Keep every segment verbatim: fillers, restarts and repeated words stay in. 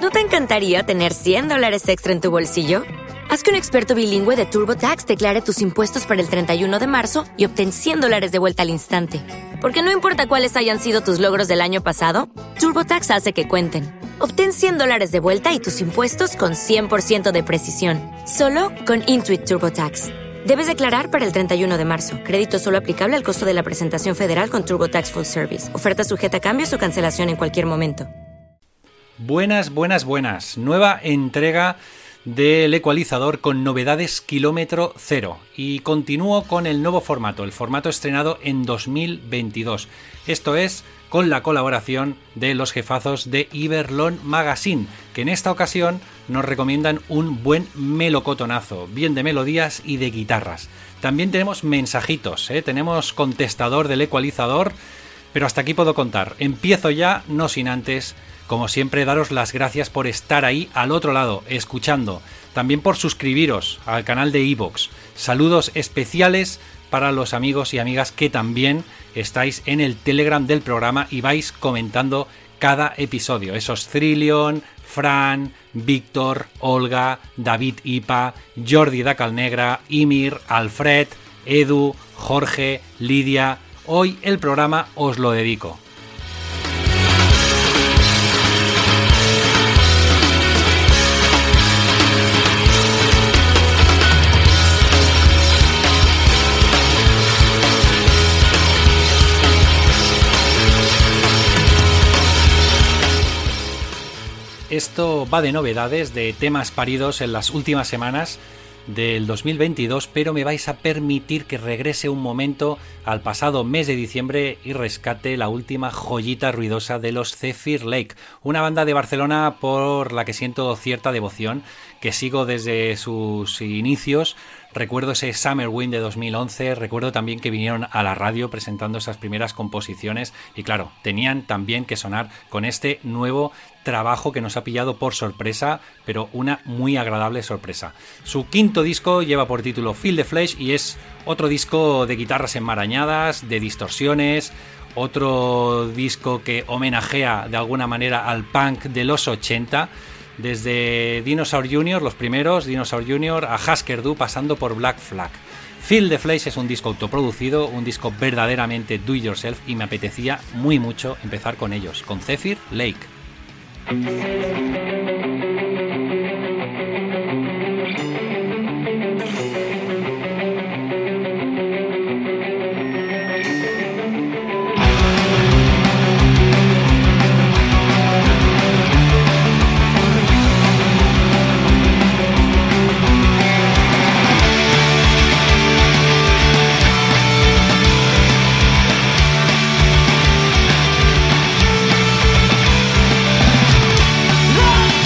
¿No te encantaría tener cien dólares extra en tu bolsillo? Haz que un experto bilingüe de TurboTax declare tus impuestos para el treinta y uno de marzo y obtén cien dólares de vuelta al instante. Porque no importa cuáles hayan sido tus logros del año pasado, TurboTax hace que cuenten. Obtén cien dólares de vuelta y tus impuestos con cien por ciento de precisión. Solo con Intuit TurboTax. Debes declarar para el treinta y uno de marzo. Crédito solo aplicable al costo de la presentación federal con TurboTax Full Service. Oferta sujeta a cambios o cancelación en cualquier momento. Buenas, buenas, buenas. Nueva entrega del ecualizador con novedades kilómetro cero. Y continúo con el nuevo formato, el formato estrenado en dos mil veintidós. Esto es con la colaboración de los jefazos de Iberlón Magazine, que en esta ocasión nos recomiendan un buen melocotonazo, bien de melodías y de guitarras. También tenemos mensajitos, ¿eh? Tenemos contestador del ecualizador, pero hasta aquí puedo contar. Empiezo ya, no sin antes, como siempre, daros las gracias por estar ahí al otro lado, escuchando. También por suscribiros al canal de iVoox. Saludos especiales para los amigos y amigas que también estáis en el Telegram del programa y vais comentando cada episodio. Esos Trillion, Fran, Víctor, Olga, David Ipa, Jordi Dacalnegra, Ymir, Alfred, Edu, Jorge, Lidia. Hoy el programa os lo dedico. Esto va de novedades, de temas paridos en las últimas semanas del dos mil veintidós, pero me vais a permitir que regrese un momento al pasado mes de diciembre y rescate la última joyita ruidosa de los Zephyr Lake, una banda de Barcelona por la que siento cierta devoción, que sigo desde sus inicios. Recuerdo ese Summer Wind de dos mil once, recuerdo también que vinieron a la radio presentando esas primeras composiciones y claro, tenían también que sonar con este nuevo trabajo que nos ha pillado por sorpresa, pero una muy agradable sorpresa. Su quinto disco lleva por título Feel the Flesh y es otro disco de guitarras enmarañadas, de distorsiones, otro disco que homenajea de alguna manera al punk de los ochenta, desde Dinosaur Junior, los primeros, Dinosaur Junior, a Husker Du, pasando por Black Flag. Feel the Flesh es un disco autoproducido, un disco verdaderamente do it yourself y me apetecía muy mucho empezar con ellos, con Zephyr Lake. Run!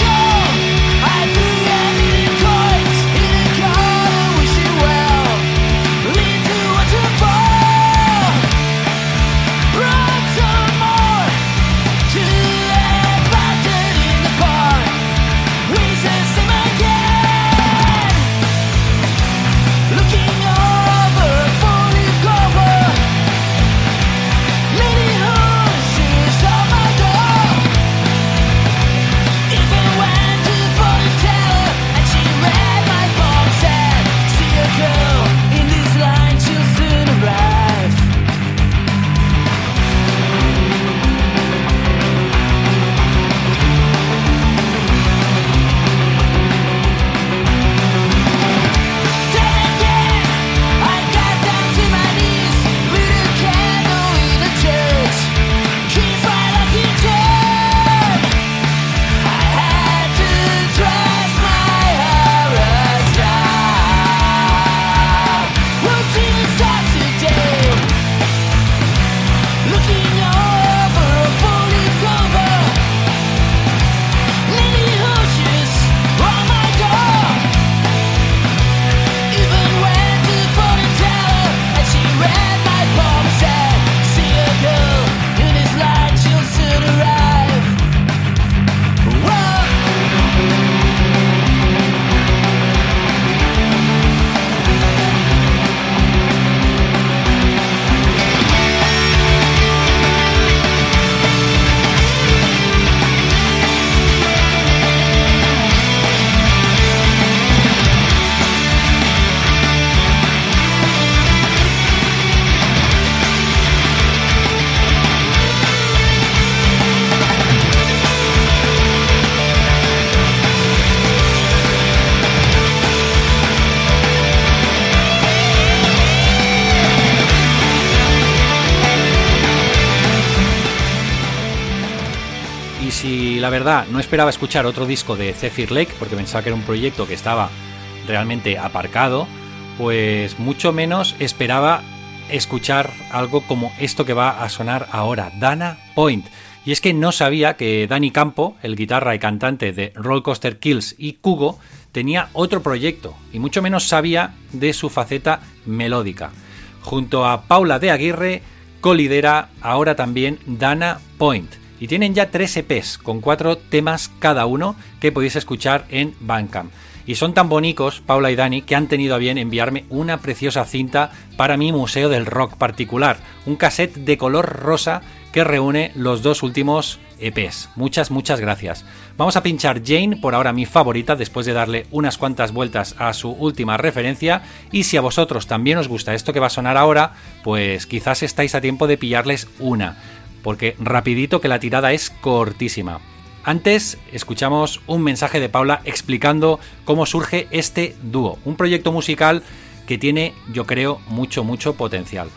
si la verdad no esperaba escuchar otro disco de Zephyr Lake, porque pensaba que era un proyecto que estaba realmente aparcado, pues mucho menos esperaba escuchar algo como esto que va a sonar ahora, Dana Point. Y es que no sabía que Dani Campo, el guitarra y cantante de Roller Coaster Kills y Kugo, tenía otro proyecto, y mucho menos sabía de su faceta melódica. Junto a Paula de Aguirre, colidera ahora también Dana Point. Y tienen ya tres E Pes, con cuatro temas cada uno, que podéis escuchar en Bandcamp. Y son tan bonitos, Paula y Dani, que han tenido a bien enviarme una preciosa cinta para mi museo del rock particular. Un cassette de color rosa que reúne los dos últimos E Pes. Muchas, muchas gracias. Vamos a pinchar Jane, por ahora mi favorita, después de darle unas cuantas vueltas a su última referencia. Y si a vosotros también os gusta esto que va a sonar ahora, pues quizás estáis a tiempo de pillarles una, porque rapidito que la tirada es cortísima. Antes, escuchamos un mensaje de Paula explicando cómo surge este dúo, un proyecto musical que tiene, yo creo, mucho, mucho potencial.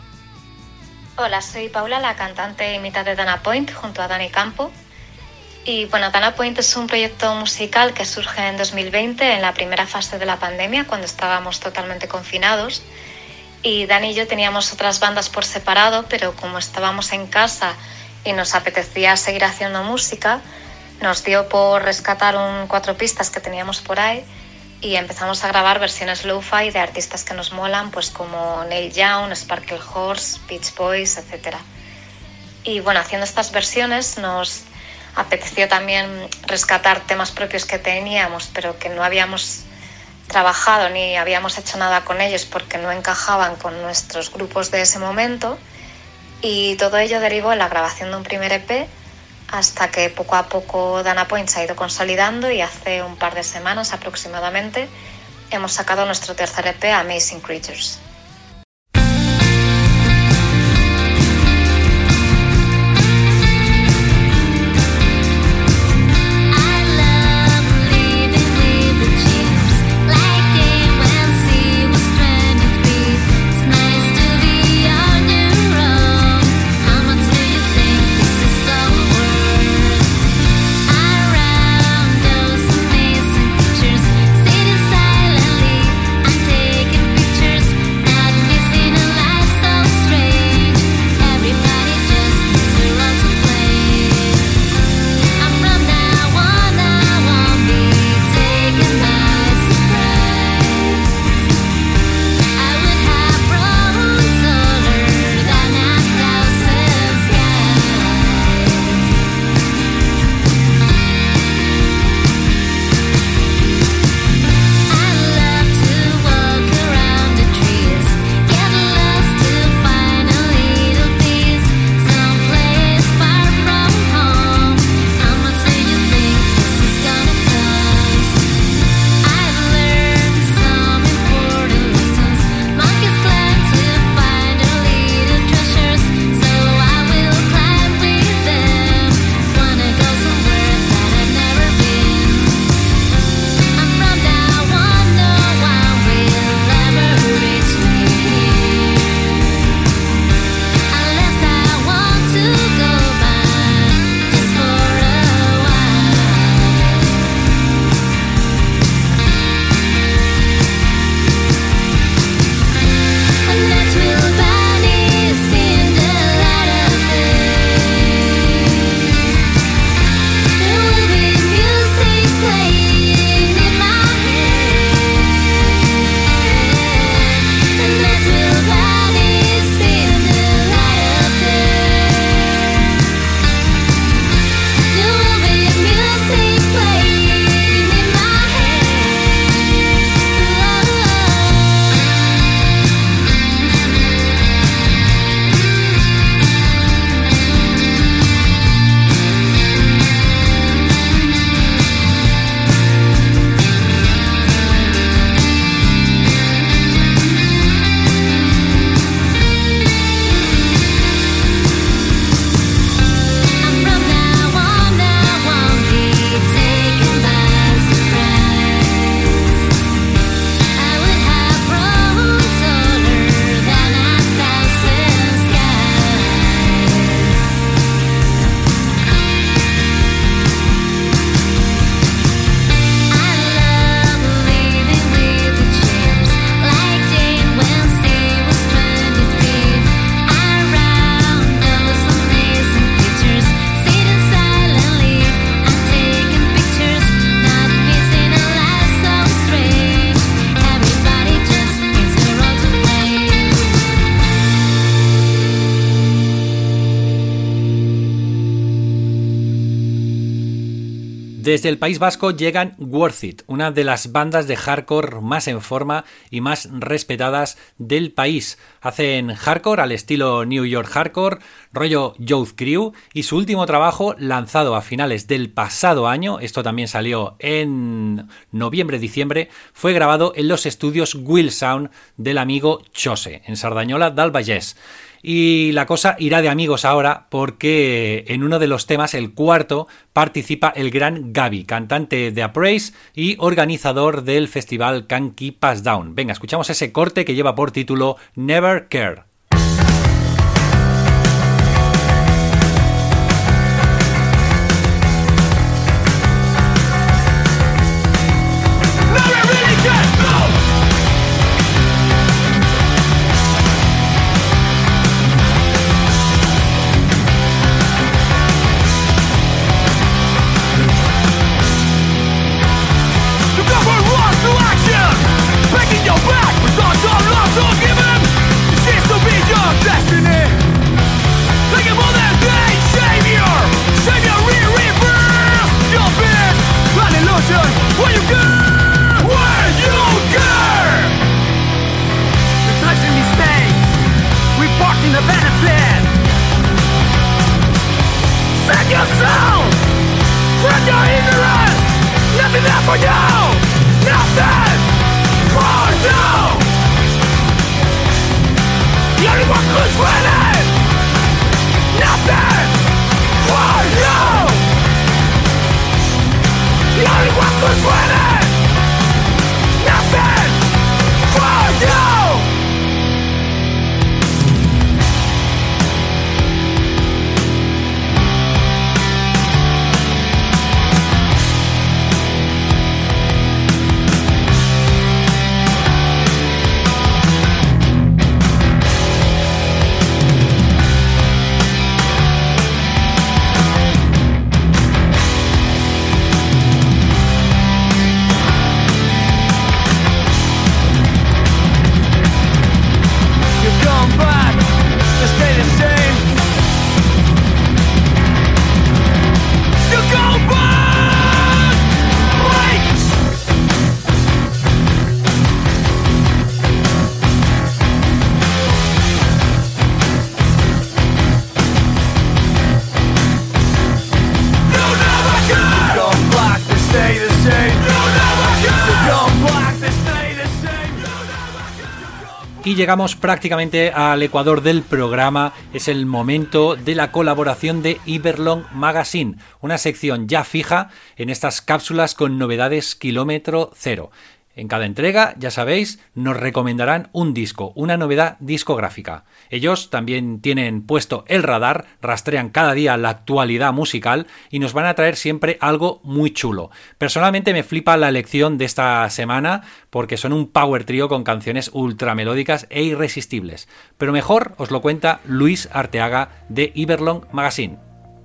Hola, soy Paula, la cantante y mitad de Dana Point, junto a Dani Campo. Y bueno, Dana Point es un proyecto musical que surge en dos mil veinte, en la primera fase de la pandemia, cuando estábamos totalmente confinados. Y Dani y yo teníamos otras bandas por separado, pero como estábamos en casa y nos apetecía seguir haciendo música, nos dio por rescatar un cuatro pistas que teníamos por ahí y empezamos a grabar versiones lo-fi de artistas que nos molan, pues como Neil Young, Sparkle Horse, Beach Boys, etcétera. Y bueno, haciendo estas versiones nos apeteció también rescatar temas propios que teníamos, pero que no habíamos trabajado ni habíamos hecho nada con ellos porque no encajaban con nuestros grupos de ese momento. Y todo ello derivó en la grabación de un primer E Pe, hasta que poco a poco Dana Point se ha ido consolidando y hace un par de semanas aproximadamente hemos sacado nuestro tercer E Pe, Amazing Creatures. Silently, I'm taking pictures. Desde el País Vasco llegan Worth It, una de las bandas de hardcore más en forma y más respetadas del país. Hacen hardcore al estilo New York Hardcore, rollo Youth Crew, y su último trabajo, lanzado a finales del pasado año, esto también salió en noviembre-diciembre, fue grabado en los estudios Will Sound del amigo Chose, en Sardañola del Vallès. Y la cosa irá de amigos ahora porque en uno de los temas, el cuarto, participa el gran Gaby, cantante de Appraise y organizador del festival Can't Keep Us Down. Venga, escuchamos ese corte que lleva por título Never Care. Y llegamos prácticamente al ecuador del programa. Es el momento de la colaboración de Everlong Magazine, una sección ya fija en estas cápsulas con novedades kilómetro cero. En cada entrega, ya sabéis, nos recomendarán un disco, una novedad discográfica. Ellos también tienen puesto el radar, rastrean cada día la actualidad musical y nos van a traer siempre algo muy chulo. Personalmente me flipa la elección de esta semana porque son un power trío con canciones ultramelódicas e irresistibles. Pero mejor os lo cuenta Luis Arteaga de Everlong Magazine.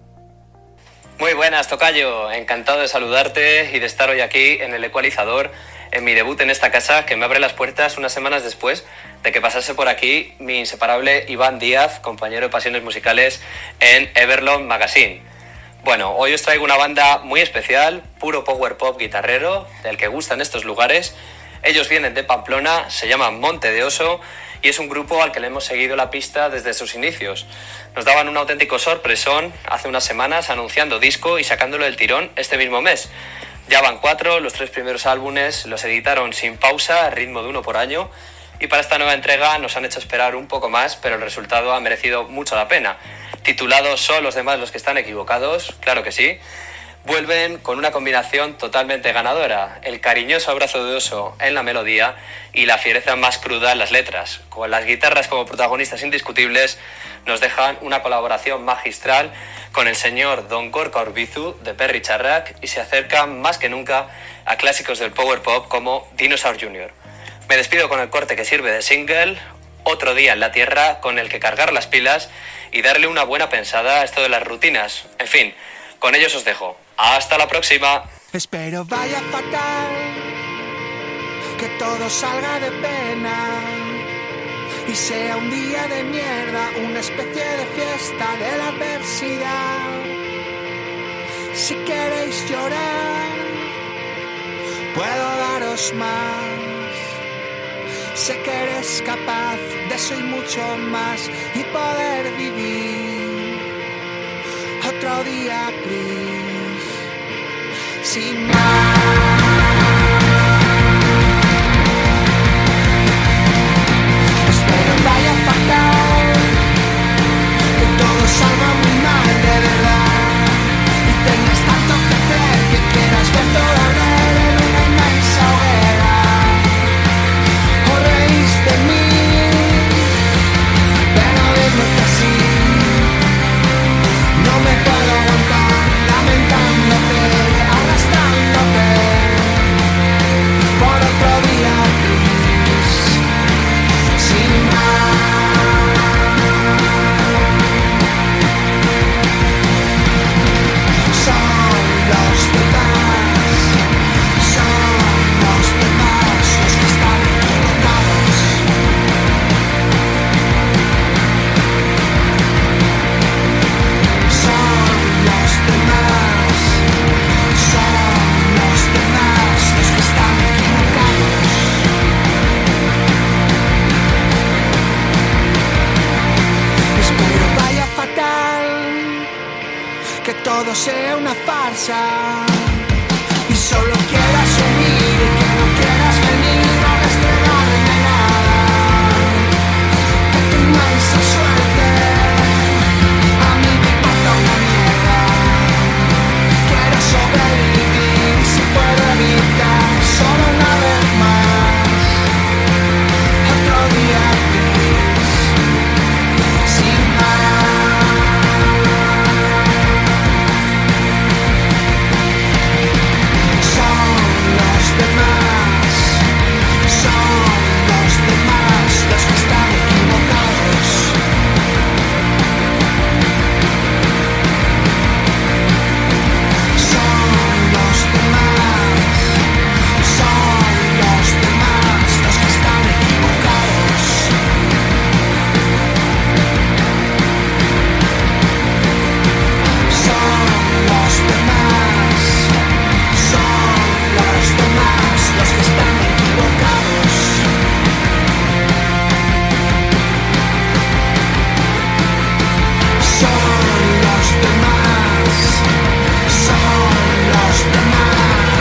Muy buenas, tocayo. Encantado de saludarte y de estar hoy aquí en El Ecualizador, en mi debut en esta casa, que me abre las puertas unas semanas después de que pasase por aquí mi inseparable Iván Díaz, compañero de pasiones musicales en Everlong Magazine. Bueno, hoy os traigo una banda muy especial, puro power pop guitarrero, del que gustan estos lugares. Ellos vienen de Pamplona, se llaman Monte de Oso y es un grupo al que le hemos seguido la pista desde sus inicios. Nos daban un auténtico sorpresón hace unas semanas anunciando disco y sacándolo del tirón este mismo mes. Ya van cuatro, los tres primeros álbumes los editaron sin pausa, a ritmo de uno por año, y para esta nueva entrega nos han hecho esperar un poco más, pero el resultado ha merecido mucho la pena. Titulado Son los demás los que están equivocados, claro que sí, vuelven con una combinación totalmente ganadora, el cariñoso abrazo de oso en la melodía y la fiereza más cruda en las letras. Con las guitarras como protagonistas indiscutibles, nos dejan una colaboración magistral con el señor Don Gorka Urbizu de Perry Charrac y se acercan más que nunca a clásicos del power pop como Dinosaur junior Me despido con el corte que sirve de single, Otro día en la tierra, con el que cargar las pilas y darle una buena pensada a esto de las rutinas. En fin, con ellos os dejo. ¡Hasta la próxima! Espero vaya fatal, que todo salga de pena y sea un día de mierda, una especie de fiesta de la adversidad. Si queréis llorar, puedo daros más. Sé que eres capaz de eso y mucho más, y poder vivir otro día gris sin más. Espero vaya fatal, que todo salga muy mal de verdad, y tengas tanto que hacer que quieras ver todo arder en una inmensa hoguera. O reís de mí, pero dime que sí. No me puedo aguantar lamentándote, arrastrándote por otro día gris sin más. Son los demás, son los demás los que están equivocados. Son los demás, son los demás los que están equivocados. Espero vaya fatal, que todo sea una farsa, y solo quieras unir y que no quieras venir a restregarme nada. Que tu inmensa suerte a mí me importa una mierda. Quiero sobrevivir y si puedo evitar solo una vez más otro día gris sin más. Son los demás, son los demás los que están equivocados. Son los demás, son los demás los que están equivocados. Son los demás, son los demás los que están equivocados. Son los demás, son los demás.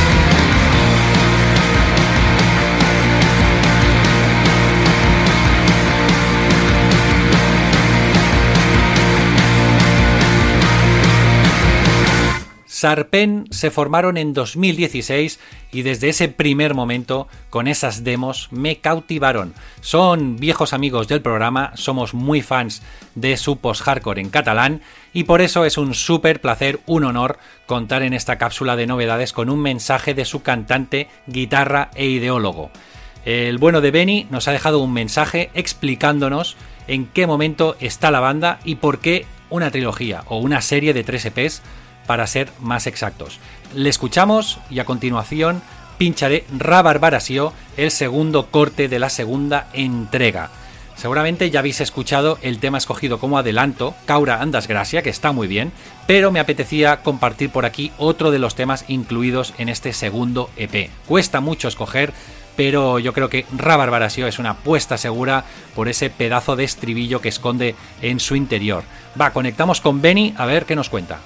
Sarpen se formaron en dos mil dieciséis y desde ese primer momento, con esas demos, me cautivaron. Son viejos amigos del programa, somos muy fans de su post-hardcore en catalán y por eso es un súper placer, un honor contar en esta cápsula de novedades con un mensaje de su cantante, guitarra e ideólogo. El bueno de Benny nos ha dejado un mensaje explicándonos en qué momento está la banda y por qué una trilogía o una serie de tres E Pes, para ser más exactos. Le escuchamos y a continuación pincharé Rabarbaració, el segundo corte de la segunda entrega. Seguramente ya habéis escuchado el tema escogido como adelanto, Caura en desgràcia, que está muy bien, pero me apetecía compartir por aquí otro de los temas incluidos en este segundo E P. Cuesta mucho escoger, pero yo creo que Rabarbaració es una apuesta segura por ese pedazo de estribillo que esconde en su interior. Va, conectamos con Benny a ver qué nos cuenta.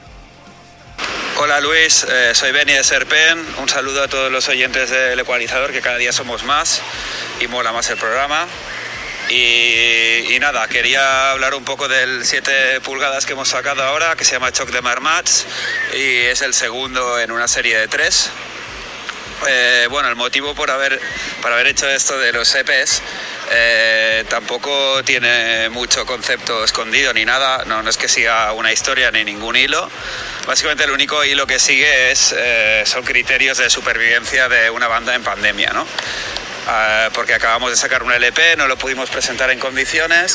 Hola Luis, eh, soy Benny de Sarpen, un saludo a todos los oyentes del Ecualizador, que cada día somos más y mola más el programa. Y, y nada, quería hablar un poco del siete pulgadas que hemos sacado ahora, que se llama Choc de Marmats, y es el segundo en una serie de tres. Eh, bueno, el motivo por haber, por haber hecho esto de los E Pes eh, tampoco tiene mucho concepto escondido ni nada, no, no es que siga una historia ni ningún hilo. Básicamente el único hilo que sigue es, eh, son criterios de supervivencia de una banda en pandemia, ¿no? Eh, porque acabamos de sacar un L P, no lo pudimos presentar en condiciones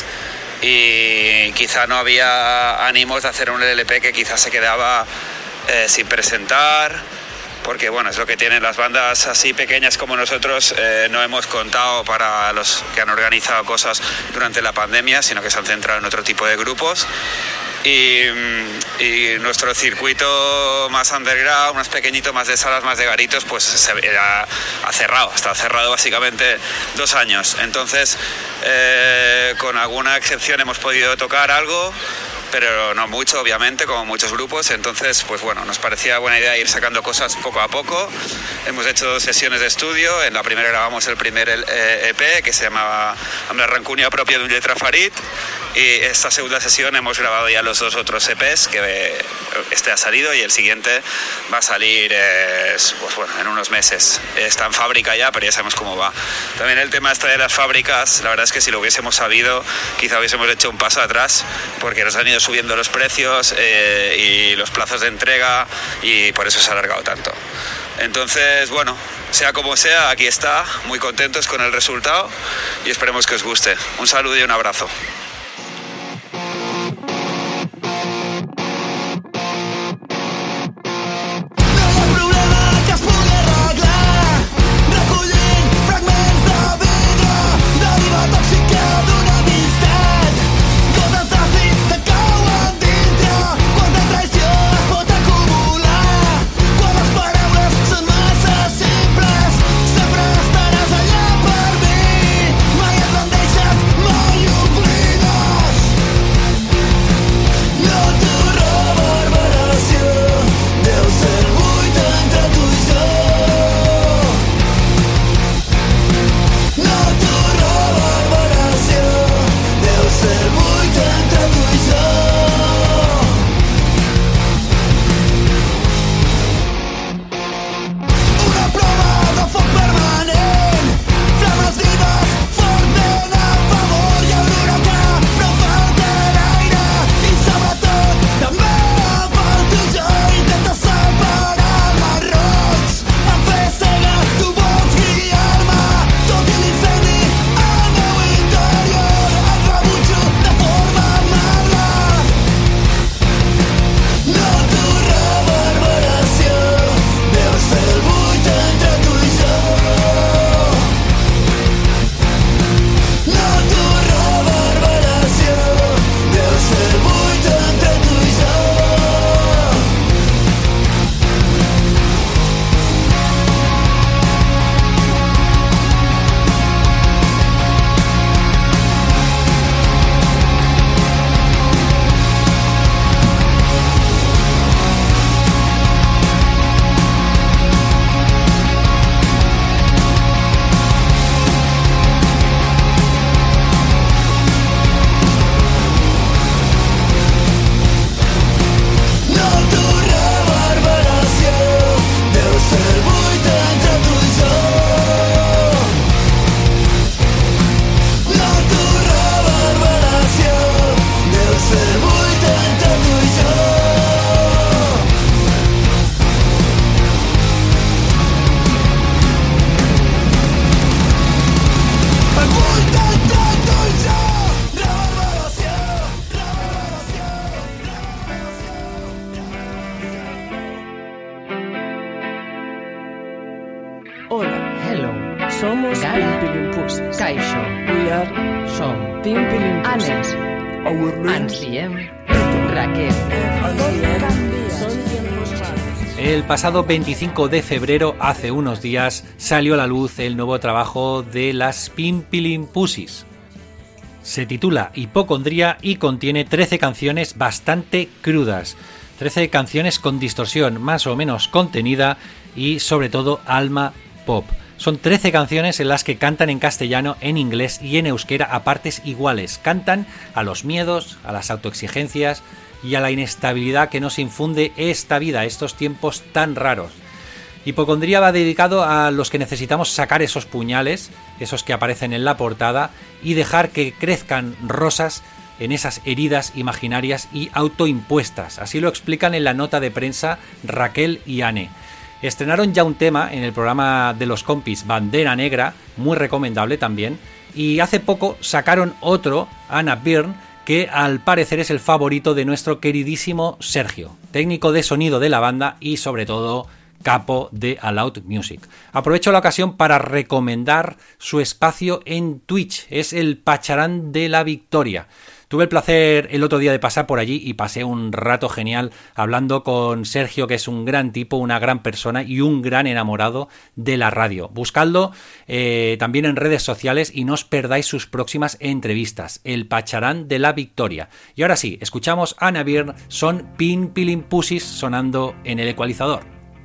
y quizá no había ánimos de hacer un L P que quizá se quedaba eh, sin presentar, porque bueno, es lo que tienen las bandas así pequeñas como nosotros, eh, no hemos contado para los que han organizado cosas durante la pandemia, sino que se han centrado en otro tipo de grupos. Y, y nuestro circuito más underground, más pequeñito, más de salas, más de garitos, pues se era, ha cerrado, está cerrado básicamente dos años. Entonces, eh, con alguna excepción hemos podido tocar algo, pero no mucho, obviamente, como muchos grupos. Entonces, pues bueno, nos parecía buena idea ir sacando cosas poco a poco. Hemos hecho dos sesiones de estudio. En la primera grabamos el primer E P, que se llamaba Amb la rancúnia pròpia d'un lletrafarit, y esta segunda sesión hemos grabado ya los dos otros E Pes, que este ha salido y el siguiente va a salir eh, pues bueno, en unos meses. Está en fábrica ya, pero ya sabemos cómo va. También el tema este de las fábricas, la verdad es que si lo hubiésemos sabido, quizá hubiésemos hecho un paso atrás, porque nos han ido subiendo los precios eh, y los plazos de entrega, y por eso se ha alargado tanto. Entonces, bueno, sea como sea, aquí está, muy contentos con el resultado y esperemos que os guste. Un saludo y un abrazo. Somos Pimpilimpus. Kaixo. We are Som. Pimpilimpus. Anes. Ansiem. Raquel. El pasado veinticinco de febrero, hace unos días, salió a la luz el nuevo trabajo de las Pimpilimpusis. Se titula Hipocondría y contiene trece canciones bastante crudas. trece canciones con distorsión más o menos contenida y sobre todo alma pop. Son trece canciones en las que cantan en castellano, en inglés y en euskera a partes iguales. Cantan a los miedos, a las autoexigencias y a la inestabilidad que nos infunde esta vida, estos tiempos tan raros. Hipocondría va dedicado a los que necesitamos sacar esos puñales, esos que aparecen en la portada, y dejar que crezcan rosas en esas heridas imaginarias y autoimpuestas. Así lo explican en la nota de prensa Raquel y Anne. Estrenaron ya un tema en el programa de los compis, Bandera Negra, muy recomendable también, y hace poco sacaron otro, Anna Byrne, que al parecer es el favorito de nuestro queridísimo Sergio, técnico de sonido de la banda y sobre todo capo de Aloud Music. Aprovecho la ocasión para recomendar su espacio en Twitch, es el Pacharán de la Victoria. Tuve el placer el otro día de pasar por allí y pasé un rato genial hablando con Sergio, que es un gran tipo, una gran persona y un gran enamorado de la radio. Buscadlo eh, también en redes sociales y no os perdáis sus próximas entrevistas. El Pacharán de la Victoria. Y ahora sí, escuchamos a Anna Byrne, son Pin Pilin Pussies sonando en el ecualizador.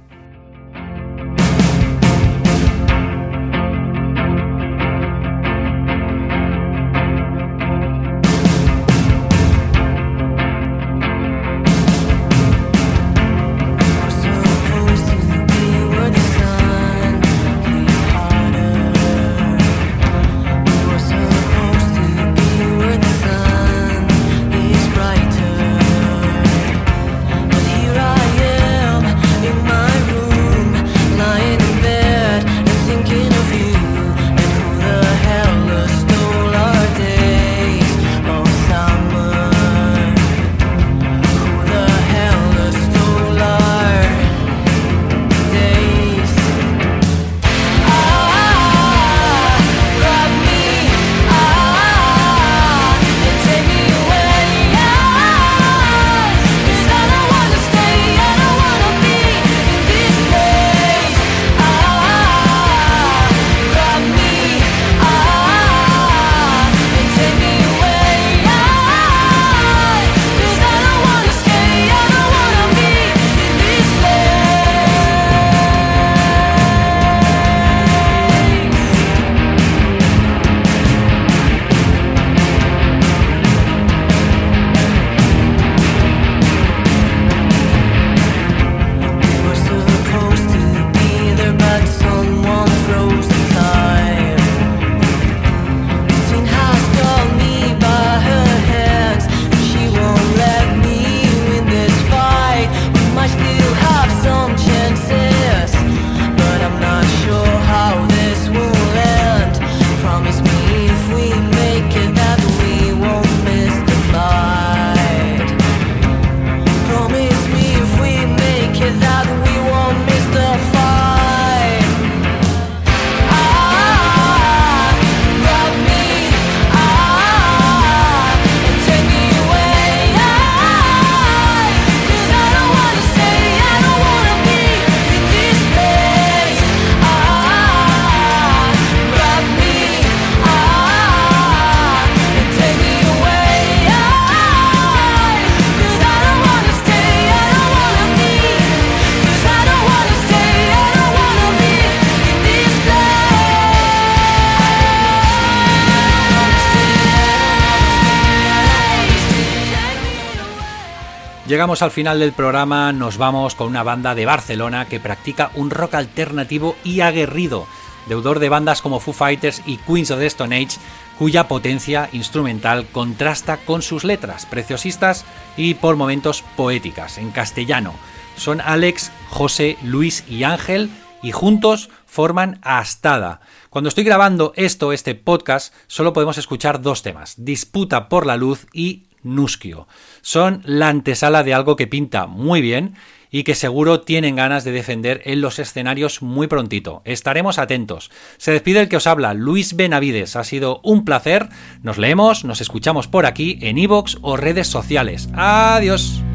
Llegamos al final del programa, nos vamos con una banda de Barcelona que practica un rock alternativo y aguerrido, deudor de bandas como Foo Fighters y Queens of the Stone Age, cuya potencia instrumental contrasta con sus letras, preciosistas y por momentos poéticas, en castellano. Son Alex, José, Luis y Ángel y juntos forman Astada. Cuando estoy grabando esto, este podcast, solo podemos escuchar dos temas, Disputa por la Luz y Nusquio. Son la antesala de algo que pinta muy bien y que seguro tienen ganas de defender en los escenarios muy prontito. Estaremos atentos. Se despide el que os habla, Luis Benavides. Ha sido un placer. Nos leemos, nos escuchamos por aquí en iVoox o redes sociales. Adiós.